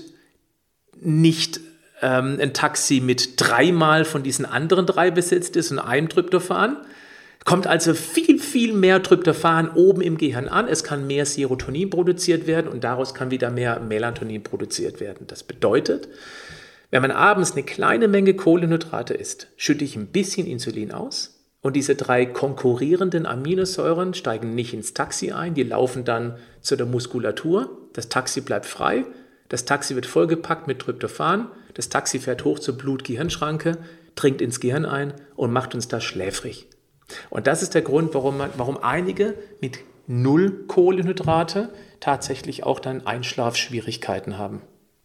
nicht ähm, ein Taxi mit dreimal von diesen anderen drei besetzt ist und einem Tryptophan, kommt also viel, viel mehr Tryptophan oben im Gehirn an. Es kann mehr Serotonin produziert werden und daraus kann wieder mehr Melatonin produziert werden. Das bedeutet, wenn man abends eine kleine Menge Kohlenhydrate isst, schütte ich ein bisschen Insulin aus und diese drei konkurrierenden Aminosäuren steigen nicht ins Taxi ein, die laufen dann zu der Muskulatur, das Taxi bleibt frei. Das Taxi wird vollgepackt mit Tryptophan, das Taxi fährt hoch zur Blut-Gehirn-Schranke, dringt ins Gehirn ein und macht uns da schläfrig. Und das ist der Grund, warum, man, warum einige mit null Kohlenhydrate tatsächlich auch dann Einschlafschwierigkeiten haben.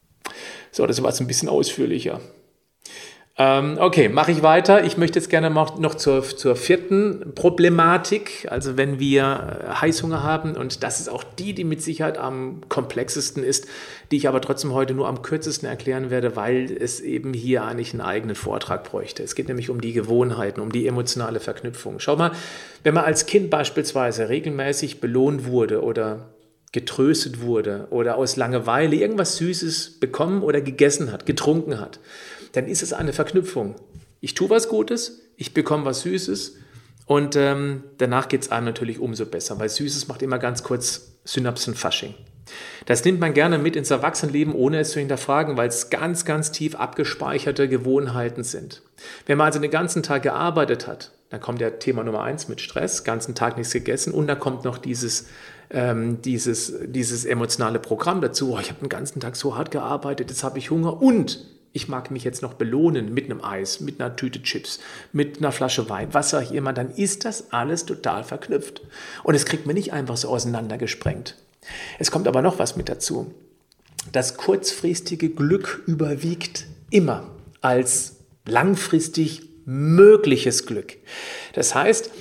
So, das war jetzt ein bisschen ausführlicher. Ähm, okay, mache ich weiter. Ich möchte jetzt gerne noch zur, zur vierten Problematik, also wenn wir Heißhunger haben, und das ist auch die, die mit Sicherheit am komplexesten ist, die ich aber trotzdem heute nur am kürzesten erklären werde, weil es eben hier eigentlich einen eigenen Vortrag bräuchte. Es geht nämlich um die Gewohnheiten, um die emotionale Verknüpfung. Schau mal, wenn man als Kind beispielsweise regelmäßig belohnt wurde oder getröstet wurde oder aus Langeweile irgendwas Süßes bekommen oder gegessen hat, getrunken hat, dann ist es eine Verknüpfung. Ich tue was Gutes, ich bekomme was Süßes und ähm, danach geht es einem natürlich umso besser, weil Süßes macht immer ganz kurz Synapsenfasching. Das nimmt man gerne mit ins Erwachsenenleben, ohne es zu hinterfragen, weil es ganz, ganz tief abgespeicherte Gewohnheiten sind. Wenn man also den ganzen Tag gearbeitet hat, dann kommt ja Thema Nummer eins mit Stress, ganzen Tag nichts gegessen und dann kommt noch dieses, ähm, dieses, dieses emotionale Programm dazu. Oh, ich habe den ganzen Tag so hart gearbeitet, jetzt habe ich Hunger und ich mag mich jetzt noch belohnen mit einem Eis, mit einer Tüte Chips, mit einer Flasche Wein, was sage ich immer, dann ist das alles total verknüpft. Und es kriegt man nicht einfach so auseinandergesprengt. Es kommt aber noch was mit dazu. Das kurzfristige Glück überwiegt immer als langfristig mögliches Glück. Das heißt,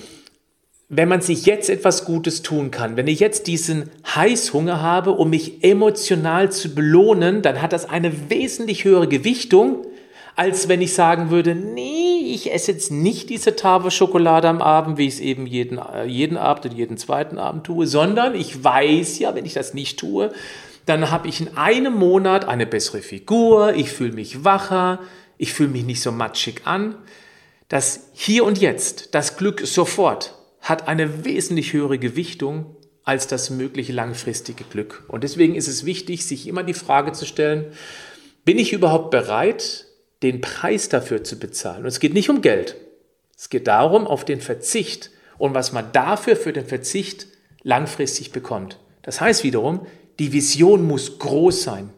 wenn man sich jetzt etwas Gutes tun kann, wenn ich jetzt diesen Heißhunger habe, um mich emotional zu belohnen, dann hat das eine wesentlich höhere Gewichtung, als wenn ich sagen würde, nee, ich esse jetzt nicht diese Tafel Schokolade am Abend, wie ich es eben jeden, jeden Abend und jeden zweiten Abend tue, sondern ich weiß ja, wenn ich das nicht tue, dann habe ich in einem Monat eine bessere Figur, ich fühle mich wacher, ich fühle mich nicht so matschig an. Das Hier und Jetzt, das Glück sofort, hat eine wesentlich höhere Gewichtung als das mögliche langfristige Glück. Und deswegen ist es wichtig, sich immer die Frage zu stellen, bin ich überhaupt bereit, den Preis dafür zu bezahlen? Und es geht nicht um Geld. Es geht darum, auf den Verzicht und was man dafür für den Verzicht langfristig bekommt. Das heißt wiederum, die Vision muss groß sein.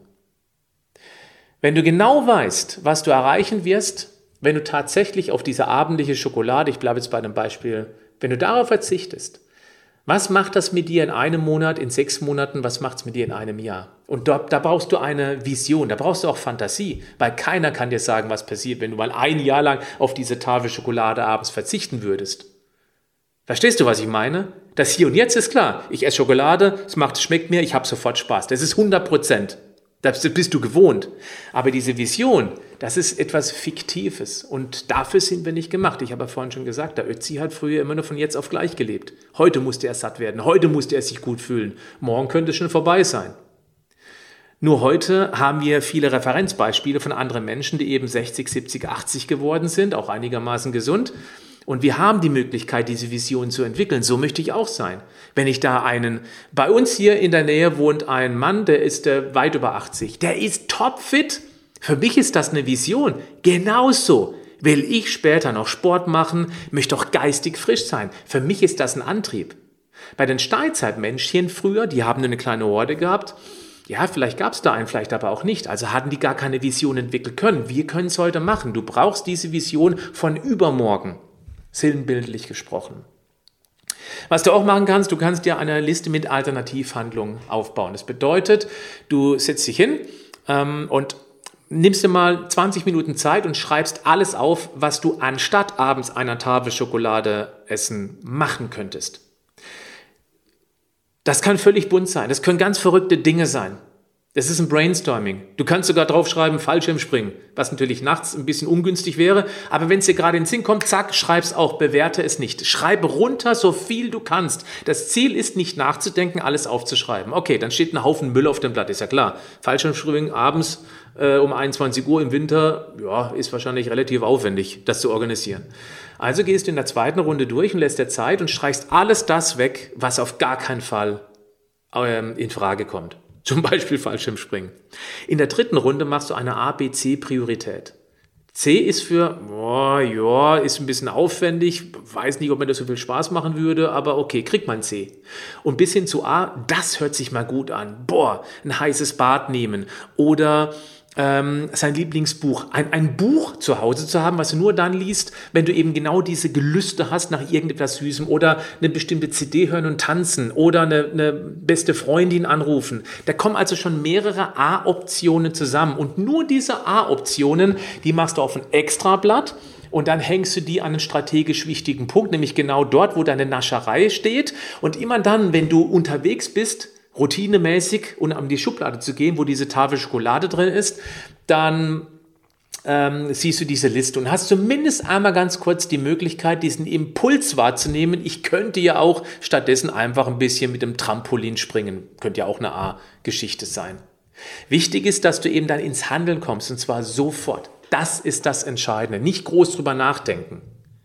Wenn du genau weißt, was du erreichen wirst, wenn du tatsächlich auf diese abendliche Schokolade, ich bleibe jetzt bei dem Beispiel, wenn du darauf verzichtest, was macht das mit dir in einem Monat, in sechs Monaten, was macht es mit dir in einem Jahr? Und da, da brauchst du eine Vision, da brauchst du auch Fantasie, weil keiner kann dir sagen, was passiert, wenn du mal ein Jahr lang auf diese Tafel Schokolade abends verzichten würdest. Verstehst du, was ich meine? Das Hier und Jetzt ist klar. Ich esse Schokolade, es macht, es schmeckt mir, ich habe sofort Spaß. Das ist hundert Prozent. Das bist du gewohnt. Aber diese Vision, das ist etwas Fiktives. Und dafür sind wir nicht gemacht. Ich habe ja vorhin schon gesagt, der Ötzi hat früher immer nur von jetzt auf gleich gelebt. Heute musste er satt werden. Heute musste er sich gut fühlen. Morgen könnte es schon vorbei sein. Nur heute haben wir viele Referenzbeispiele von anderen Menschen, die eben sechzig, siebzig, achtzig geworden sind, auch einigermaßen gesund. Und wir haben die Möglichkeit, diese Vision zu entwickeln. So möchte ich auch sein. Wenn ich da einen, bei uns hier in der Nähe wohnt ein Mann, der ist äh, weit über achtzig. Der ist topfit. Für mich ist das eine Vision. Genauso will ich später noch Sport machen, möchte auch geistig frisch sein. Für mich ist das ein Antrieb. Bei den Steinzeitmenschen früher, die haben eine kleine Horde gehabt. Ja, vielleicht gab es da einen, vielleicht aber auch nicht. Also hatten die gar keine Vision entwickeln können. Wir können es heute machen. Du brauchst diese Vision von übermorgen. Sinnbildlich gesprochen. Was du auch machen kannst, du kannst dir eine Liste mit Alternativhandlungen aufbauen. Das bedeutet, du setzt dich hin ähm, und nimmst dir mal zwanzig Minuten Zeit und schreibst alles auf, was du anstatt abends einer Tafel Schokolade essen machen könntest. Das kann völlig bunt sein. Das können ganz verrückte Dinge sein. Das ist ein Brainstorming. Du kannst sogar draufschreiben, Fallschirmspringen, was natürlich nachts ein bisschen ungünstig wäre. Aber wenn es dir gerade in den Sinn kommt, zack, schreib's auch, bewerte es nicht. Schreibe runter, so viel du kannst. Das Ziel ist nicht nachzudenken, alles aufzuschreiben. Okay, dann steht ein Haufen Müll auf dem Blatt, ist ja klar. Fallschirmspringen abends äh, um einundzwanzig Uhr im Winter, ja, ist wahrscheinlich relativ aufwendig, das zu organisieren. Also gehst du in der zweiten Runde durch und lässt dir Zeit und streichst alles das weg, was auf gar keinen Fall ähm, in Frage kommt. Zum Beispiel Fallschirmspringen. In der dritten Runde machst du eine A B C-Priorität. C ist für, oh, ja, ist ein bisschen aufwendig, weiß nicht, ob mir das so viel Spaß machen würde, aber okay, kriegt man C. Und bis hin zu A, das hört sich mal gut an. Boah, ein heißes Bad nehmen oder ähm, sein Lieblingsbuch. Ein, ein Buch zu Hause zu haben, was du nur dann liest, wenn du eben genau diese Gelüste hast nach irgendetwas Süßem oder eine bestimmte C D hören und tanzen oder eine, eine beste Freundin anrufen. Da kommen also schon mehrere A-Optionen zusammen und nur diese A-Optionen, die machst du auf ein Extrablatt und dann hängst du die an einen strategisch wichtigen Punkt, nämlich genau dort, wo deine Nascherei steht und immer dann, wenn du unterwegs bist, routinemäßig und um die Schublade zu gehen, wo diese Tafel Schokolade drin ist, dann ähm, siehst du diese Liste und hast zumindest einmal ganz kurz die Möglichkeit, diesen Impuls wahrzunehmen. Ich könnte ja auch stattdessen einfach ein bisschen mit dem Trampolin springen. Könnte ja auch eine A-Geschichte sein. Wichtig ist, dass du eben dann ins Handeln kommst und zwar sofort. Das ist das Entscheidende. Nicht groß drüber nachdenken.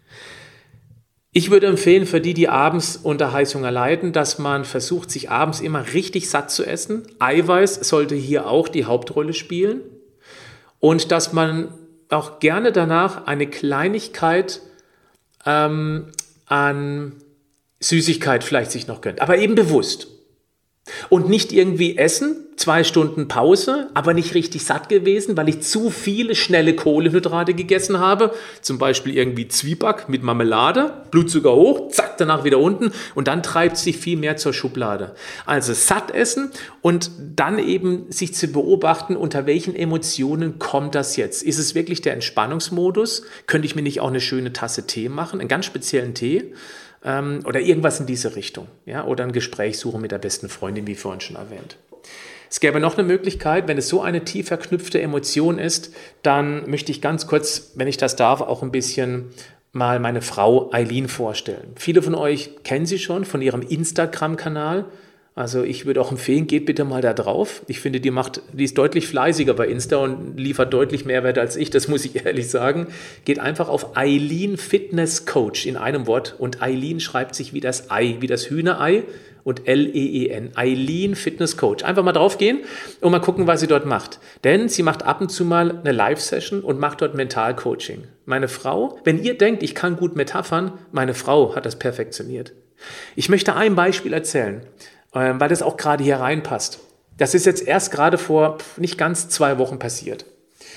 Ich würde empfehlen, für die, die abends unter Heißhunger leiden, dass man versucht, sich abends immer richtig satt zu essen. Eiweiß sollte hier auch die Hauptrolle spielen. Und dass man auch gerne danach eine Kleinigkeit ähm, an Süßigkeit vielleicht sich noch gönnt. Aber eben bewusst. Und nicht irgendwie essen, zwei Stunden Pause, aber nicht richtig satt gewesen, weil ich zu viele schnelle Kohlenhydrate gegessen habe. Zum Beispiel irgendwie Zwieback mit Marmelade, Blutzucker hoch, zack, danach wieder unten und dann treibt sich viel mehr zur Schublade. Also satt essen und dann eben sich zu beobachten, unter welchen Emotionen kommt das jetzt? Ist es wirklich der Entspannungsmodus? Könnte ich mir nicht auch eine schöne Tasse Tee machen, einen ganz speziellen Tee? Oder irgendwas in diese Richtung, ja, oder ein Gespräch suchen mit der besten Freundin, wie vorhin schon erwähnt. Es gäbe noch eine Möglichkeit, wenn es so eine tief verknüpfte Emotion ist, dann möchte ich ganz kurz, wenn ich das darf, auch ein bisschen mal meine Frau Eileen vorstellen. Viele von euch kennen sie schon von ihrem Instagram-Kanal. Also ich würde auch empfehlen, geht bitte mal da drauf. Ich finde, die macht, die ist deutlich fleißiger bei Insta und liefert deutlich Mehrwert als ich, das muss ich ehrlich sagen. Geht einfach auf Eileen Fitness Coach in einem Wort und Eileen schreibt sich wie das Ei, wie das Hühnerei und L E E N. Eileen Fitness Coach. Einfach mal drauf gehen und mal gucken, was sie dort macht. Denn sie macht ab und zu mal eine Live-Session und macht dort Mentalcoaching. Meine Frau, wenn ihr denkt, ich kann gut metaphern, meine Frau hat das perfektioniert. Ich möchte ein Beispiel erzählen, weil das auch gerade hier reinpasst. Das ist jetzt erst gerade vor nicht ganz zwei Wochen passiert.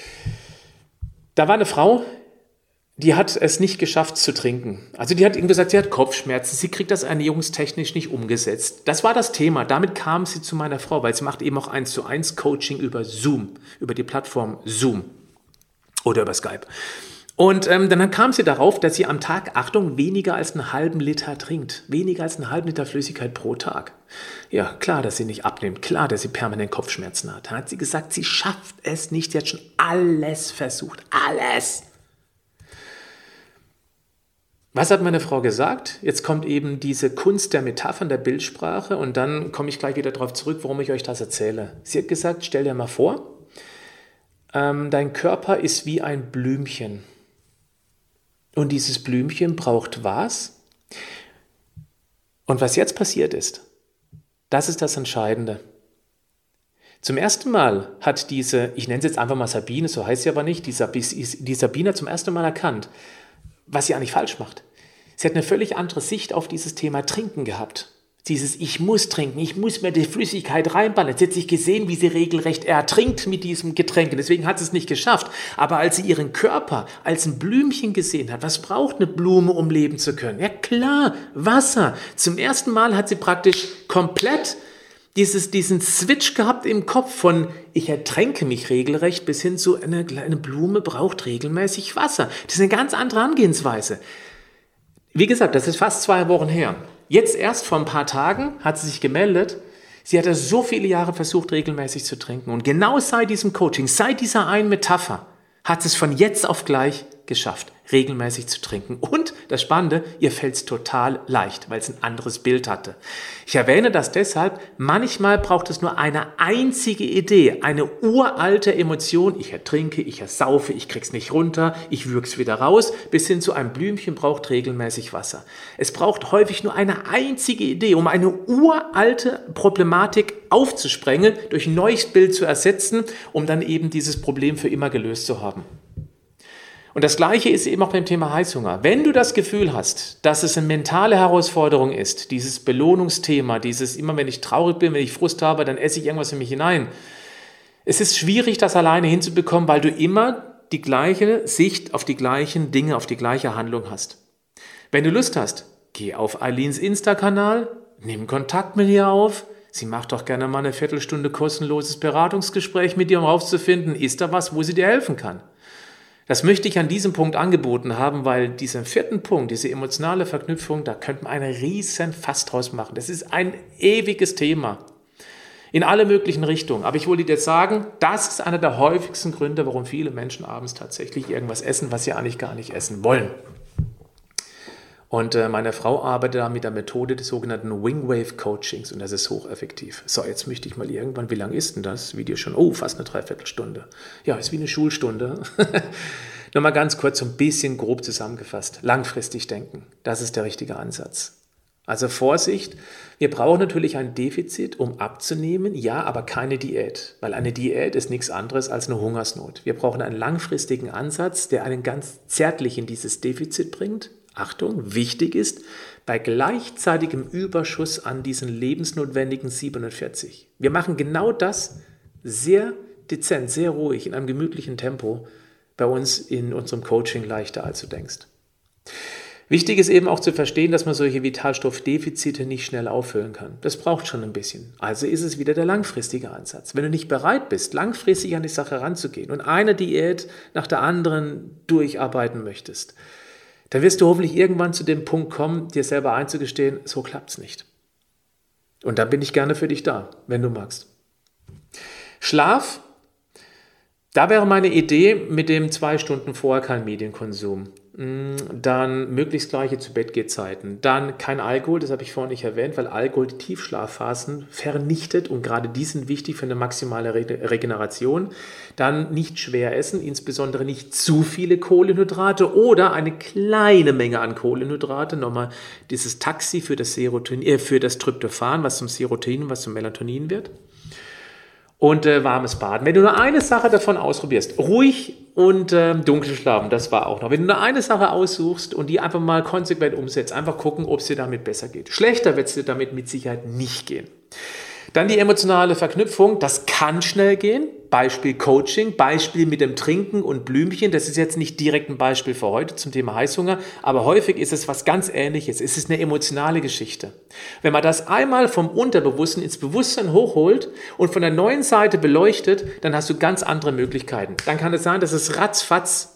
Da war eine Frau, die hat es nicht geschafft zu trinken. Also die hat ihm gesagt, sie hat Kopfschmerzen, sie kriegt das ernährungstechnisch nicht umgesetzt. Das war das Thema. Damit kam sie zu meiner Frau, weil sie macht eben auch eins zu eins Coaching über Zoom, über die Plattform Zoom oder über Skype. Und ähm, dann kam sie darauf, dass sie am Tag, Achtung, weniger als einen halben Liter trinkt. Weniger als einen halben Liter Flüssigkeit pro Tag. Ja, klar, dass sie nicht abnimmt. Klar, dass sie permanent Kopfschmerzen hat. Dann hat sie gesagt, sie schafft es nicht. Sie hat schon alles versucht. Alles. Was hat meine Frau gesagt? Jetzt kommt eben diese Kunst der Metaphern, der Bildsprache. Und dann komme ich gleich wieder darauf zurück, warum ich euch das erzähle. Sie hat gesagt, stell dir mal vor, ähm, dein Körper ist wie ein Blümchen. Und dieses Blümchen braucht was? Und was jetzt passiert ist, das ist das Entscheidende. Zum ersten Mal hat diese, ich nenne sie jetzt einfach mal Sabine, so heißt sie aber nicht, die, Sab- die Sabine hat zum ersten Mal erkannt, was sie eigentlich falsch macht. Sie hat eine völlig andere Sicht auf dieses Thema Trinken gehabt. Dieses ich muss trinken, ich muss mir die Flüssigkeit reinballern. Jetzt hat sie gesehen, wie sie regelrecht ertrinkt mit diesem Getränk. Deswegen hat sie es nicht geschafft. Aber als sie ihren Körper als ein Blümchen gesehen hat, was braucht eine Blume, um leben zu können? Ja klar, Wasser. Zum ersten Mal hat sie praktisch komplett dieses, diesen Switch gehabt im Kopf von ich ertränke mich regelrecht bis hin zu eine kleine Blume braucht regelmäßig Wasser. Das ist eine ganz andere Angehensweise. Wie gesagt, das ist fast zwei Wochen her. Jetzt erst vor ein paar Tagen hat sie sich gemeldet, sie hatte so viele Jahre versucht, regelmäßig zu trinken. Und genau seit diesem Coaching, seit dieser einen Metapher, hat sie es von jetzt auf gleich geschafft, regelmäßig zu trinken. Und das Spannende, ihr fällt es total leicht, weil es ein anderes Bild hatte. Ich erwähne das deshalb, manchmal braucht es nur eine einzige Idee, eine uralte Emotion. Ich ertrinke, ich ersaufe, ich krieg's nicht runter, ich würg's wieder raus, bis hin zu einem Blümchen braucht regelmäßig Wasser. Es braucht häufig nur eine einzige Idee, um eine uralte Problematik aufzusprengen, durch ein neues Bild zu ersetzen, um dann eben dieses Problem für immer gelöst zu haben. Und das Gleiche ist eben auch beim Thema Heißhunger. Wenn du das Gefühl hast, dass es eine mentale Herausforderung ist, dieses Belohnungsthema, dieses immer wenn ich traurig bin, wenn ich Frust habe, dann esse ich irgendwas in mich hinein. Es ist schwierig, das alleine hinzubekommen, weil du immer die gleiche Sicht auf die gleichen Dinge, auf die gleiche Handlung hast. Wenn du Lust hast, geh auf Eileens Insta-Kanal, nimm Kontakt mit ihr auf. Sie macht doch gerne mal eine Viertelstunde kostenloses Beratungsgespräch mit dir, um herauszufinden, ist da was, wo sie dir helfen kann. Das möchte ich an diesem Punkt angeboten haben, weil diesen vierten Punkt, diese emotionale Verknüpfung, da könnte man einen riesen Fass draus machen. Das ist ein ewiges Thema in alle möglichen Richtungen. Aber ich wollte dir jetzt sagen, das ist einer der häufigsten Gründe, warum viele Menschen abends tatsächlich irgendwas essen, was sie eigentlich gar nicht essen wollen. Und äh, meine Frau arbeitet da mit der Methode des sogenannten Wingwave-Coachings und das ist hocheffektiv. So, jetzt möchte ich mal irgendwann, wie lang ist denn das Video schon? Oh, fast eine Dreiviertelstunde. Ja, ist wie eine Schulstunde. Nochmal ganz kurz, so ein bisschen grob zusammengefasst. Langfristig denken, das ist der richtige Ansatz. Also Vorsicht, wir brauchen natürlich ein Defizit, um abzunehmen, ja, aber keine Diät, weil eine Diät ist nichts anderes als eine Hungersnot. Wir brauchen einen langfristigen Ansatz, der einen ganz zärtlich in dieses Defizit bringt. Achtung, wichtig ist, bei gleichzeitigem Überschuss an diesen lebensnotwendigen siebenundvierzig. Wir machen genau das sehr dezent, sehr ruhig, in einem gemütlichen Tempo bei uns in unserem Coaching leichter, als du denkst. Wichtig ist eben auch zu verstehen, dass man solche Vitalstoffdefizite nicht schnell auffüllen kann. Das braucht schon ein bisschen. Also ist es wieder der langfristige Ansatz. Wenn du nicht bereit bist, langfristig an die Sache ranzugehen und eine Diät nach der anderen durcharbeiten möchtest, dann wirst du hoffentlich irgendwann zu dem Punkt kommen, dir selber einzugestehen, so klappt es nicht. Und da bin ich gerne für dich da, wenn du magst. Schlaf, da wäre meine Idee mit dem zwei Stunden vorher kein Medienkonsum. Dann möglichst gleiche Zu-Bett-Geh-Zeiten. Dann kein Alkohol, das habe ich vorhin nicht erwähnt, weil Alkohol die Tiefschlafphasen vernichtet und gerade die sind wichtig für eine maximale Re- Regeneration. Dann nicht schwer essen, insbesondere nicht zu viele Kohlenhydrate oder eine kleine Menge an Kohlenhydrate. Nochmal dieses Taxi für das Serotonin, äh, für das Tryptophan, was zum Serotonin, was zum Melatonin wird. Und äh, warmes Baden. Wenn du nur eine Sache davon ausprobierst, ruhig und äh, dunkel schlafen, das war auch noch. Wenn du nur eine Sache aussuchst und die einfach mal konsequent umsetzt, einfach gucken, ob es dir damit besser geht. Schlechter wird es dir damit mit Sicherheit nicht gehen. Dann die emotionale Verknüpfung, das kann schnell gehen. Beispiel Coaching, Beispiel mit dem Trinken und Blümchen. Das ist jetzt nicht direkt ein Beispiel für heute zum Thema Heißhunger, aber häufig ist es was ganz Ähnliches. Es ist eine emotionale Geschichte. Wenn man das einmal vom Unterbewussten ins Bewusstsein hochholt und von der neuen Seite beleuchtet, dann hast du ganz andere Möglichkeiten. Dann kann es sein, dass es ratzfatz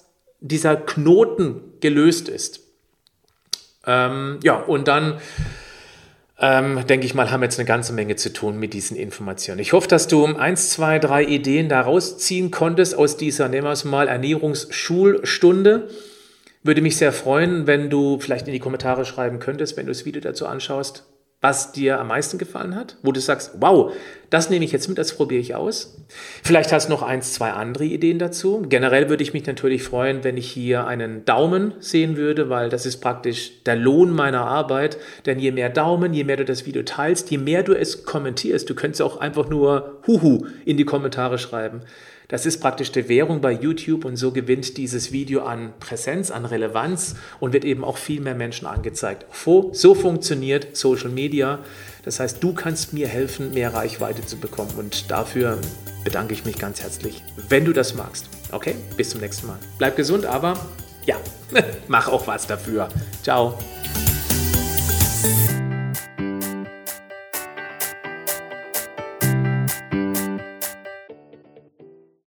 dieser Knoten gelöst ist. Ähm, ja, und dann ähm, denke ich mal, haben wir jetzt eine ganze Menge zu tun mit diesen Informationen. Ich hoffe, dass du eins, zwei, drei Ideen da rausziehen konntest aus dieser, nehmen wir es mal, Ernährungsschulstunde. Würde mich sehr freuen, wenn du vielleicht in die Kommentare schreiben könntest, wenn du das Video dazu anschaust, was dir am meisten gefallen hat, wo du sagst, wow, das nehme ich jetzt mit, das probiere ich aus. Vielleicht hast du noch eins, zwei andere Ideen dazu. Generell würde ich mich natürlich freuen, wenn ich hier einen Daumen sehen würde, weil das ist praktisch der Lohn meiner Arbeit. Denn je mehr Daumen, je mehr du das Video teilst, je mehr du es kommentierst, du könntest auch einfach nur Huhu in die Kommentare schreiben. Das ist praktisch die Währung bei YouTube und so gewinnt dieses Video an Präsenz, an Relevanz und wird eben auch viel mehr Menschen angezeigt. So funktioniert Social Media. Das heißt, du kannst mir helfen, mehr Reichweite zu bekommen und dafür bedanke ich mich ganz herzlich, wenn du das magst. Okay, bis zum nächsten Mal. Bleib gesund, aber ja, mach auch was dafür. Ciao.